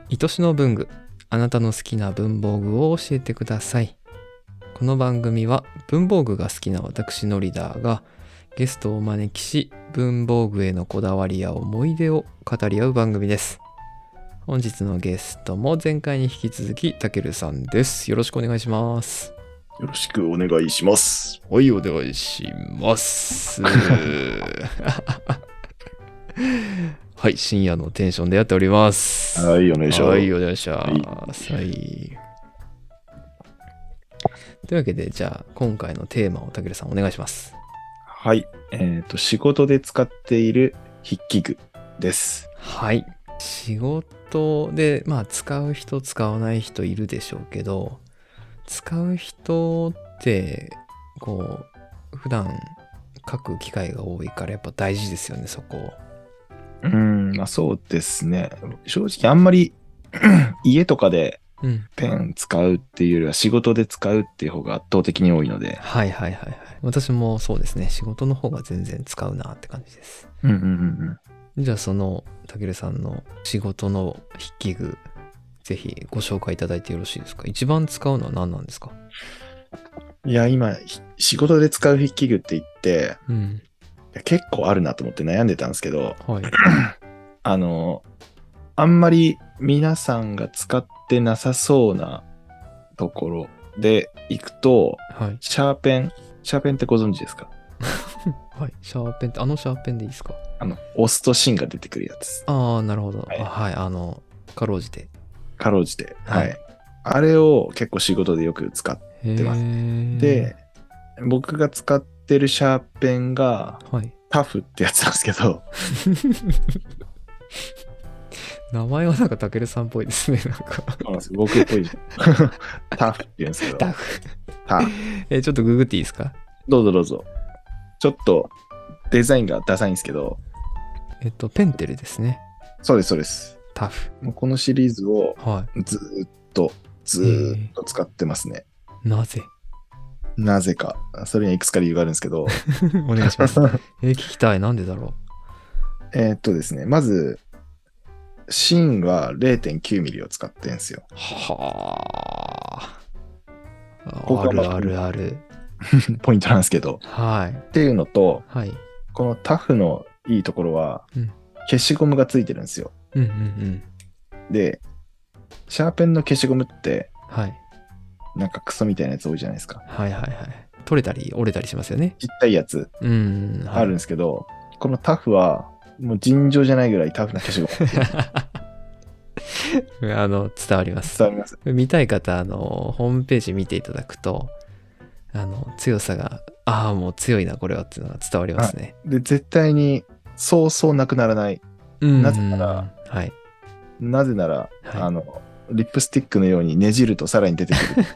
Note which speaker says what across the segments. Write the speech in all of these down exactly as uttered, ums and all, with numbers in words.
Speaker 1: 愛しの文具、あなたの好きな文房具を教えてください。この番組は文房具が好きな私のリーダーがゲストをお招きし、文房具へのこだわりや思い出を語り合う番組です。本日のゲストも前回に引き続きたけるさんです。よろしくお願いします。
Speaker 2: よろしくお願いします。
Speaker 1: はい、お願いしますはい、深夜のテンションでやっております。
Speaker 2: はい、お願いします。
Speaker 1: はい、お願いします。はい。はい、というわけで、じゃあ、今回のテーマをたけるさんお願いします。
Speaker 2: はい。えっと、仕事で使っている筆記具です。
Speaker 1: はい。仕事で、まあ、使う人、使わない人いるでしょうけど、使う人って、こう、普段書く機会が多いから、やっぱ大事ですよね、そこ。
Speaker 2: うーん、まあそうですね。正直あんまり家とかでペン使うっていうよりは仕事で使うっていう方が圧倒的に多いので。
Speaker 1: はいはいはいはい。私もそうですね。仕事の方が全然使うなって感じです。
Speaker 2: うんうんうん
Speaker 1: うん。じゃあそのたけるさんの仕事の筆記具、ぜひご紹介いただいてよろしいですか？一番使うのは何なんですか？
Speaker 2: いや、今、仕事で使う筆記具って言って、
Speaker 1: うん、
Speaker 2: いや結構あるなと思って悩んでたんですけど、
Speaker 1: はい、
Speaker 2: あの、あんまり皆さんが使ってなさそうなところで行くと、
Speaker 1: はい、
Speaker 2: シャーペン、シャーペンってご存知ですか？
Speaker 1: はい。シャーペンって、あのシャーペンでいいですか？
Speaker 2: あの、押すと芯が出てくるやつ。
Speaker 1: ああ、なるほど。
Speaker 2: はい、
Speaker 1: あ、はい。あの、かろうじて。
Speaker 2: かろうじて。
Speaker 1: はい。
Speaker 2: はい。あれを結構仕事でよく使ってます。で、僕が使ってるシャーペンが、はい、タフってやつなんですけど。
Speaker 1: 名前はなんかたけるさんっぽいですね。なんか
Speaker 2: そうなんです。僕っぽいじゃん。タフって言うんですけど。
Speaker 1: タフ。
Speaker 2: タフ。
Speaker 1: え、ちょっとググっていいですか？
Speaker 2: どうぞどうぞ。ちょっとデザインがダサいんですけど。
Speaker 1: えっと、ペンテルですね。
Speaker 2: そうです、そうです。
Speaker 1: タフ。
Speaker 2: もうこのシリーズをずーっと、ずーっと使ってますね。
Speaker 1: なぜ？
Speaker 2: なぜか。それにはいくつか理由があるんですけど。
Speaker 1: お願いします。えー、聞きたい。なんでだろ
Speaker 2: う。えー、っとですね、まず、芯は れいてんきゅうミリ を使ってんですよ。
Speaker 1: はあ。
Speaker 2: ここが
Speaker 1: あるあるある。
Speaker 2: ポイントなんですけど。
Speaker 1: はい。
Speaker 2: っていうのと、
Speaker 1: はい、
Speaker 2: このタフのいいところは、うん、消しゴムがついてるんですよ。
Speaker 1: うんうんうん。
Speaker 2: で、シャーペンの消しゴムって、
Speaker 1: はい、
Speaker 2: なんかクソみたいなやつ多いじゃないですか。
Speaker 1: はいはいはい。取れたり折れたりしますよね。
Speaker 2: ちっちゃいやつあるんですけど、うん、はい、このタフはもう尋常じゃないぐらいタフな消しゴ
Speaker 1: ム。あの伝わります。
Speaker 2: 伝わります。
Speaker 1: 見たい方、あのホームページ見ていただくと、あの強さが、ああもう強いなこれはっていうのが伝わりますね。
Speaker 2: で、絶対にそうそうなくならない。なぜなら、
Speaker 1: はい。
Speaker 2: なぜなら、はい、あのリップスティックのようにねじるとさらに出てくる。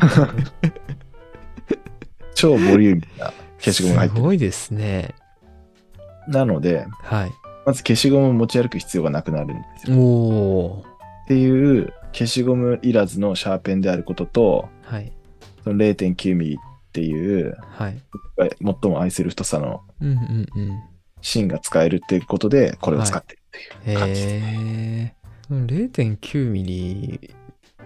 Speaker 2: 超ボリューミーな消しゴムが入ってる。
Speaker 1: すごいですね。
Speaker 2: なので、はい、まず消しゴムを持ち歩く必要がなくなるんですよ。
Speaker 1: おー。
Speaker 2: っていう消しゴムいらずのシャーペンであることと、はい、その れいてんきゅうミリ っていう、はい、最も愛する太さの芯が使えるっていうことで、これを使ってるっていう感じですね。
Speaker 1: はい、へー。れいてんきゅうミリ って、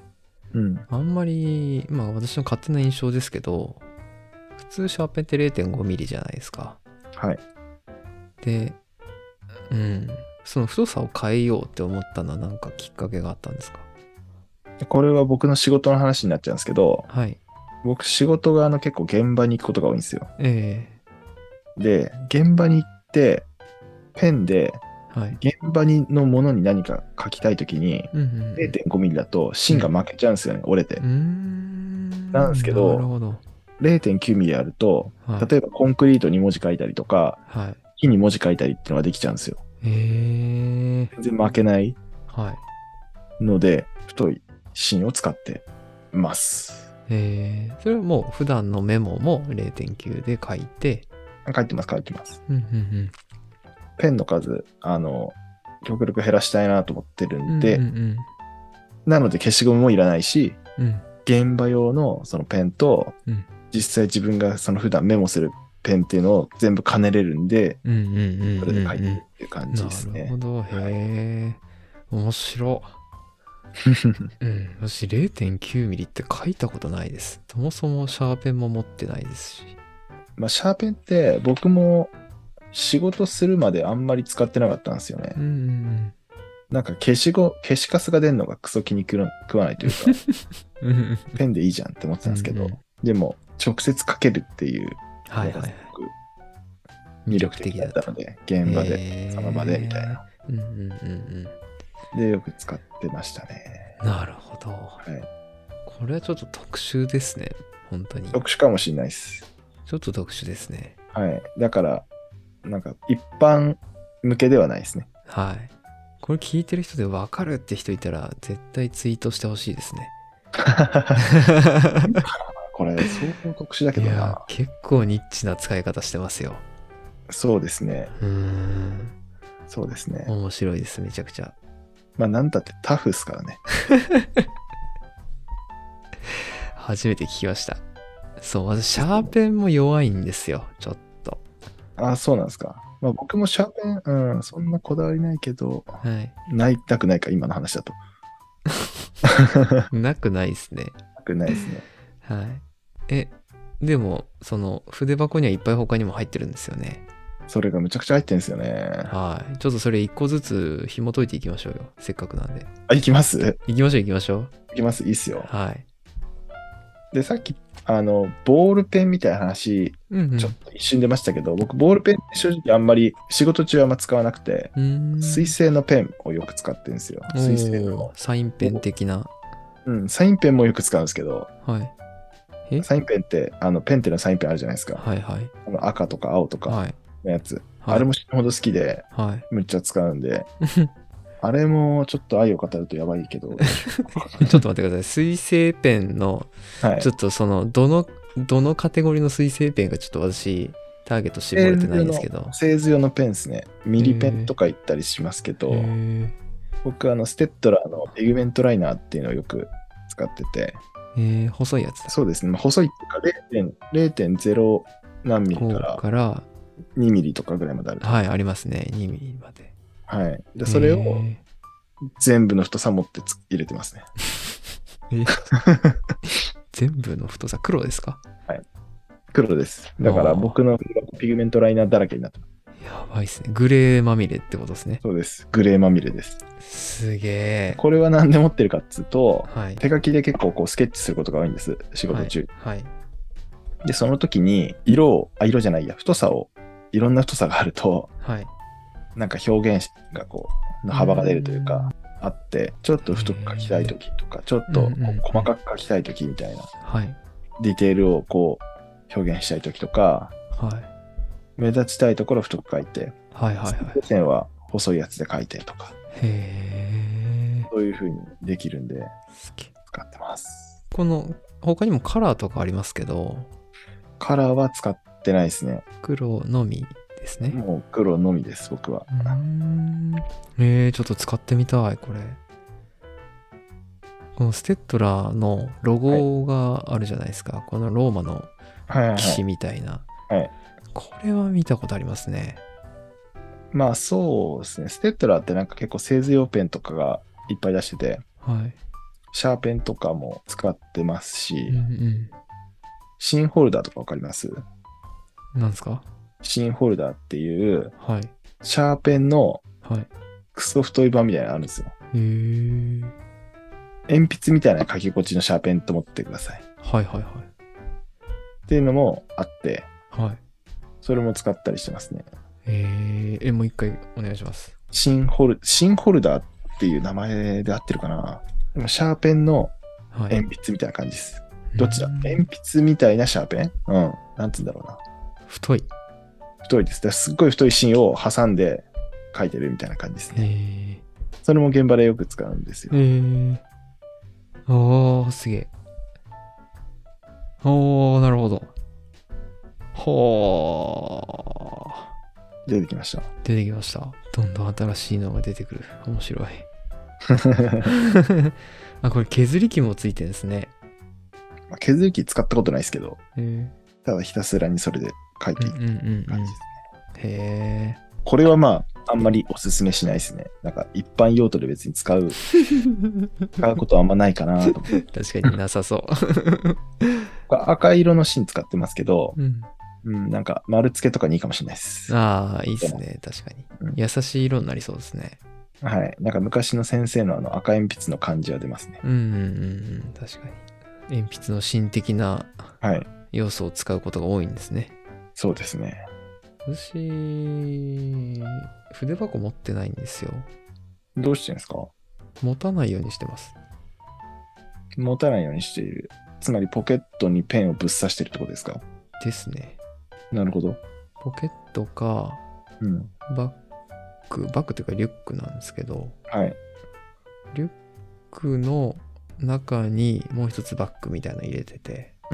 Speaker 1: うん、あんまり、まあ私の勝手な印象ですけど、普通シャーペンって れいてんごミリ じゃないですか。
Speaker 2: はい。
Speaker 1: で、うん、その太さを変えようって思ったのは何かきっかけがあったんですか？
Speaker 2: これは僕の仕事の話になっちゃうんですけど、
Speaker 1: はい、
Speaker 2: 僕仕事があの結構現場に行くことが多いんですよ。
Speaker 1: え
Speaker 2: ー、で、現場に行ってペンで現場にのものに何か書きたいときに、うんうんうん、れいてんごミリ だと芯が負けちゃうんですよね、うん、折れて。うーんなんですけど、なるほど れいてんきゅうミリ あると、はい、例えばコンクリートに文字書いたりとか、はい、木に文字書いたりっていうのができちゃうんですよ。へ全然負けないので、はい、太い芯を使ってます。
Speaker 1: へそれはもう普段のメモも れいてんきゅう で書いて
Speaker 2: 書いてます書いてます。
Speaker 1: うんうんうん
Speaker 2: ペンの数、あの、極力減らしたいなと思ってるんで、うんうんうん、なので消しゴムもいらないし、うん、現場用のそのペンと、うん、実際自分がその普段メモするペンっていうのを全部兼ねれるんで、それで書いてるっていう感じですね。
Speaker 1: なるほど、へえ、面白。 うん。私 れいてんきゅうミリって書いたことないです。そもそもシャーペンも持ってないですし。
Speaker 2: まあ、シャーペンって僕も仕事するまであんまり使ってなかったんですよね。
Speaker 1: うんうんうん。
Speaker 2: なんか消しゴ、消しカスが出るのがクソ気に食わ食わないというか、ペンでいいじゃんって思ってたんですけど、
Speaker 1: うんうん、
Speaker 2: でも直接書けるっていう
Speaker 1: はいはいはい、
Speaker 2: 魅力的だったので、現場で、その場でみたいな。
Speaker 1: うんうんうんうん。
Speaker 2: で、よく使ってましたね。
Speaker 1: なるほど。
Speaker 2: はい。
Speaker 1: これはちょっと特殊ですね。本当に。
Speaker 2: 特殊かもしれないです。
Speaker 1: ちょっと特殊ですね。
Speaker 2: はい。だから、なんか一般向けではないですね。
Speaker 1: はい。これ聞いてる人で分かるって人いたら、絶対ツイートしてほしいですね。
Speaker 2: これ、相当特殊だけどな。いや、
Speaker 1: 結構ニッチな使い方してますよ。
Speaker 2: そうですね。
Speaker 1: うーん。
Speaker 2: そうですね。
Speaker 1: 面白いです、めちゃくちゃ。
Speaker 2: まあ、なんだってタフっすからね。
Speaker 1: 初めて聞きました。そう、私、シャーペンも弱いんですよ、ちょっと。
Speaker 2: ああ、そうなんですか。まあ、僕もシャーペン、うん、そんなこだわりないけど、
Speaker 1: はい。
Speaker 2: ないたくないか、今の話だと。
Speaker 1: なくないですね。
Speaker 2: なくないですね。
Speaker 1: はい。え、でも、その、筆箱にはいっぱい他にも入ってるんですよね。
Speaker 2: それがむちゃくちゃ入ってるんですよね。
Speaker 1: はい。ちょっとそれ一個ずつ紐解いていきましょうよ。せっかくなんで。
Speaker 2: あ、行きます
Speaker 1: 行きましょう行きましょう。
Speaker 2: 行きます。いいっすよ。
Speaker 1: はい。
Speaker 2: で、さっき、あの、ボールペンみたいな話、
Speaker 1: うんうん、
Speaker 2: ちょっと一瞬出ましたけど、僕、ボールペンって正直あんまり仕事中はあんま使わなくて、水性のペンをよく使ってるんですよ。水性の。
Speaker 1: サインペン的な。
Speaker 2: うん、サインペンもよく使うんですけど、
Speaker 1: はい。え
Speaker 2: サインペンって、あの、ペンってのサインペンあるじゃないですか。
Speaker 1: はいはい。
Speaker 2: あの赤とか青とかのやつ。はい、あれも死ぬほど好きで、はい、むっちゃ使うんで、あれもちょっと愛を語るとやばいけど。
Speaker 1: ちょっと待ってください。水性ペンの、ちょっとその、どの、どのカテゴリーの水性ペンがちょっと私、ターゲット絞れてないんですけど。
Speaker 2: 製図用のペンですね。ミリペンとか言ったりしますけど、僕あの、ステッドラーのピグメントライナーっていうのをよく使ってて。
Speaker 1: えー、細いやつだ。
Speaker 2: そうですね。まあ、細いっていうかれいてんゼロ何ミリから
Speaker 1: から
Speaker 2: にミリとかぐらいまである。
Speaker 1: はい、ありますね。にミリまで。
Speaker 2: はい。で、それを全部の太さ持って入れてますね。
Speaker 1: え全部の太さ、黒ですか？
Speaker 2: はい。黒です。だから僕のピグメントライナーだらけになってます。
Speaker 1: やばいっすね。グレーまみれってことですね。
Speaker 2: そうです。グレーまみれです。
Speaker 1: すげえ。
Speaker 2: これは何で持ってるかっつうと、
Speaker 1: はい、
Speaker 2: 手書きで結構こうスケッチすることが多いんです。仕事中。
Speaker 1: はい。はい、
Speaker 2: で、その時に色を、あ、色じゃないや、太さを、いろんな太さがあると、はい、なんか表現がこう、の幅が出るというか、あって、ちょっと太く書きたい時とか、ちょっとこう細かく書きたい時みたいな、はい、ディテールをこう表現したい時とか、はい、目立ちたいところを太く書いて、はいはいはい、線は細いやつで書いてとか、へー、そういう風にできるんで使ってます。
Speaker 1: この他にもカラーとかありますけど、
Speaker 2: カラーは使ってないですね。
Speaker 1: 黒のみですね。
Speaker 2: もう黒のみです、僕は。
Speaker 1: うーん、えー、ちょっと使ってみたい、これ。このステッドラーのロゴがあるじゃないですか。はい、このローマの騎士みたいな。はいはいはい、これは見たことありますね。
Speaker 2: まあそうですね。ステッドラーってなんか結構製図用ペンとかがいっぱい出してて、はい、シャーペンとかも使ってますし、うんうん、シンホルダーとかわかります？
Speaker 1: なんですか？
Speaker 2: シンホルダーっていう、はい、シャーペンのクソ太い版みたいなのあるんですよ。へー。鉛筆みたいな書き心地のシャーペンと思ってください。はいはいはい。っていうのもあって、はい、それも使ったりしてますね。
Speaker 1: えー、え、もう一回お願いします。
Speaker 2: シンホル、シンホルダーっていう名前で合ってるかな。でもシャーペンの鉛筆みたいな感じです。はい、どっちだ？鉛筆みたいなシャーペン？うん。なんつうんだろうな。
Speaker 1: 太い。
Speaker 2: 太いです。だすっごい太い芯を挟んで書いてるみたいな感じですね。それも現場でよく使うんですよ。
Speaker 1: へー。おー、すげえ。おー、なるほど。ほ
Speaker 2: ー。出てきました。
Speaker 1: 出てきました。どんどん新しいのが出てくる。面白い。あ、これ削り器もついてるんですね。
Speaker 2: まあ、削り器使ったことないですけど、ただひたすらにそれで書いていく感じですね。
Speaker 1: へー。
Speaker 2: これはまあ、 あんまりおすすめしないですね。なんか一般用途で別に使う使うことはあんまないかなと思って。
Speaker 1: 確かになさそう
Speaker 2: 赤色の芯使ってますけど、
Speaker 1: うん
Speaker 2: うん、なんか丸付けとかにいいかもしれないです。
Speaker 1: ああ、いいですね。確かに、うん。優しい色になりそうですね。
Speaker 2: はい。なんか昔の先生のあの赤鉛筆の感じは出ますね。
Speaker 1: うんうんうんうん。確かに。鉛筆の芯的な要素を使うことが多いんですね。
Speaker 2: はい、そうですね。
Speaker 1: 私、筆箱持ってないんですよ。
Speaker 2: どうしてんですか？
Speaker 1: 持たないようにしてます。
Speaker 2: 持たないようにしている。つまりポケットにペンをぶっ刺してるってことですか？
Speaker 1: ですね。
Speaker 2: なるほど。
Speaker 1: ポケットか、
Speaker 2: うん、
Speaker 1: バッグ、バッグというかリュックなんですけど、
Speaker 2: はい。
Speaker 1: リュックの中にもう一つバッグみたいなの入れてて、
Speaker 2: うん。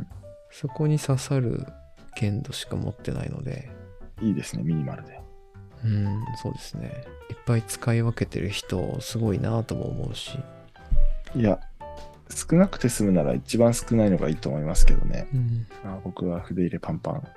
Speaker 1: そこに刺さる限度しか持ってないので。
Speaker 2: いいですね、ミニマルで。
Speaker 1: うん、そうですね。いっぱい使い分けてる人、すごいなとも思うし。
Speaker 2: いや、少なくて済むなら一番少ないのがいいと思いますけどね。うん、あ僕は筆入れパンパン。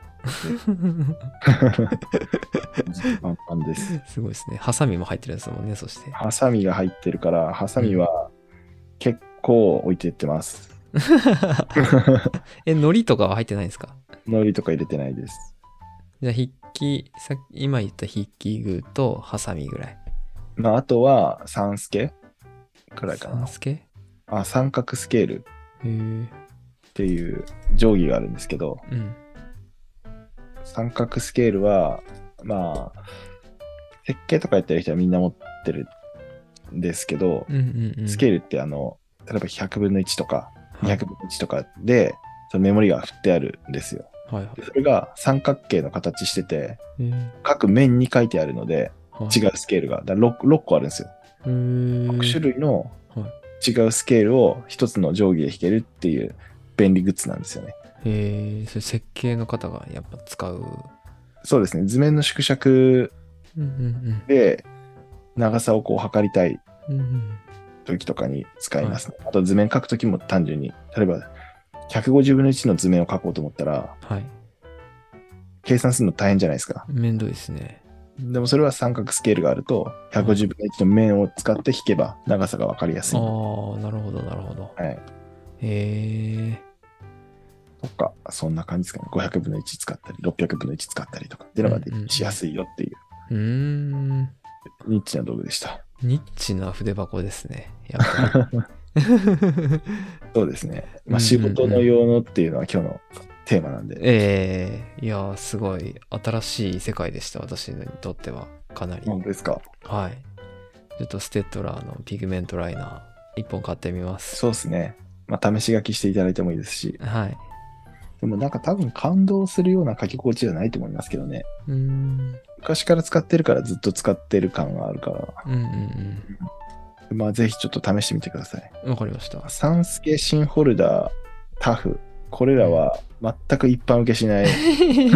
Speaker 2: パンパンです。
Speaker 1: すごいですね。ハサミも入ってるんですもんね、そして。
Speaker 2: ハサミが入ってるから、ハサミは結構置いていってます。
Speaker 1: え、海苔とかは入ってないんですか？
Speaker 2: 海苔とか入れてないです。
Speaker 1: じゃあ筆記、さ今言った筆記具とハサミぐらい。
Speaker 2: まあ、あとは三助くらいかな。
Speaker 1: 三助？
Speaker 2: あ、三角スケール
Speaker 1: へー
Speaker 2: っていう定規があるんですけど、うん、三角スケールは、まあ、設計とかやってる人はみんな持ってるんですけど、うんうんうん、スケールってあの、例えばひゃくぶんのいちとかにひゃくぶんのいちとかで、はい、そのメモリが振ってあるんですよ。はいはい、それが三角形の形してて、各面に書いてあるので、違うスケールが、だ 6, ろっこあるんですよ。ろく種類の違うスケールを一つの定規で弾けるっていう便利グッズなんですよね。
Speaker 1: へえ、それ設計の方がやっぱ使う。
Speaker 2: そうですね。図面の縮尺で長さをこう測りたい時とかに使いますね。はい、あと図面書く時も単純に、例えばひゃくごじゅうぶんのいちの図面を書こうと思ったら、はい、計算するの大変じゃないですか。
Speaker 1: めんどいですね。
Speaker 2: でもそれは三角スケールがあると、ひゃくごじゅうぶんのいちの面を使って引けば長さが分かりやすい。
Speaker 1: ああ、なるほど、なるほど。はい。へえ。
Speaker 2: とか、そんな感じですかね。ごひゃくぶんのいち使ったり、ろっぴゃくぶんのいち使ったりとかっていうのがしやすいよっていう。うーん。ニッチな道具でした。
Speaker 1: ニッチな筆箱ですね。やっぱり。
Speaker 2: そうですね。まあ仕事の用のっていうのは今日のテーマなんで。
Speaker 1: ええー、いや、すごい新しい世界でした。私にとってはかなり。
Speaker 2: 本当ですか？
Speaker 1: はい。ちょっとステッドラーのピグメントライナー一本買ってみます。
Speaker 2: そうですね。まあ試し書きしていただいてもいいですし。
Speaker 1: はい。
Speaker 2: でもなんか多分感動するような書き心地じゃないと思いますけどね。うーん。昔から使ってるからずっと使ってる感があるから。うんうんうん。まあぜひちょっと試してみてください。
Speaker 1: わかりました。
Speaker 2: サンスケ新ホルダー、タフ。これらは全く一般受けしない。す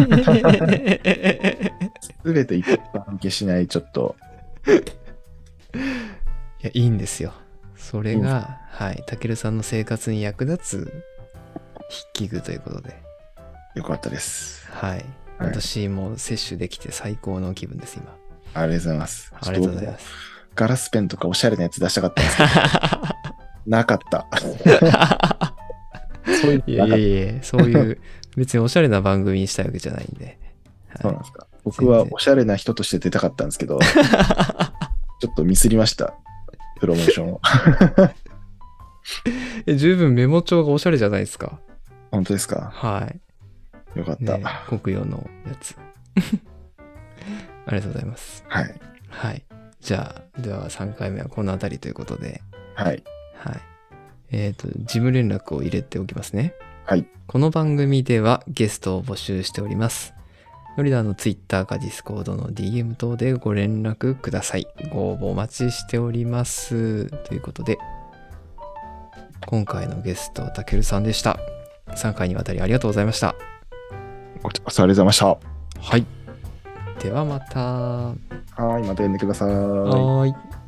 Speaker 2: べて一般受けしない、ちょっと。
Speaker 1: いや、いいんですよ。それが、うん、はい、たけるさんの生活に役立つ筆記具ということで。
Speaker 2: よかったです。
Speaker 1: はい。はい、私も摂取できて最高の気分です、今。
Speaker 2: ありがとうございます。
Speaker 1: ありがとうございます。
Speaker 2: ガラスペンとかおしゃれなやつ出したかったんですけど、なかった。
Speaker 1: そういういやいやいや、そういう別におしゃれな番組にしたいわけじゃないんで。はい、
Speaker 2: そうなんですか。僕はおしゃれな人として出たかったんですけど、ちょっとミスりました。プロモーションを。
Speaker 1: え、十分メモ帳がおしゃれじゃないですか。
Speaker 2: 本当ですか？
Speaker 1: はい。
Speaker 2: よかった。
Speaker 1: ね、国用のやつ。ありがとうございます。
Speaker 2: はい。
Speaker 1: はい。じゃあ、ではさんかいめはこのあたりということで。
Speaker 2: はい。
Speaker 1: はい。えっと、事務連絡を入れておきますね。
Speaker 2: はい。
Speaker 1: この番組ではゲストを募集しております。ノリダーの Twitter か Discord の ディーエム 等でご連絡ください。ご応募お待ちしております。ということで、今回のゲスト、たけるさんでした。さんかいにわたりありがとうございました。
Speaker 2: こちらこそありがとうございました。
Speaker 1: はい。ではまた。
Speaker 2: はい、また呼んでください。
Speaker 1: はい。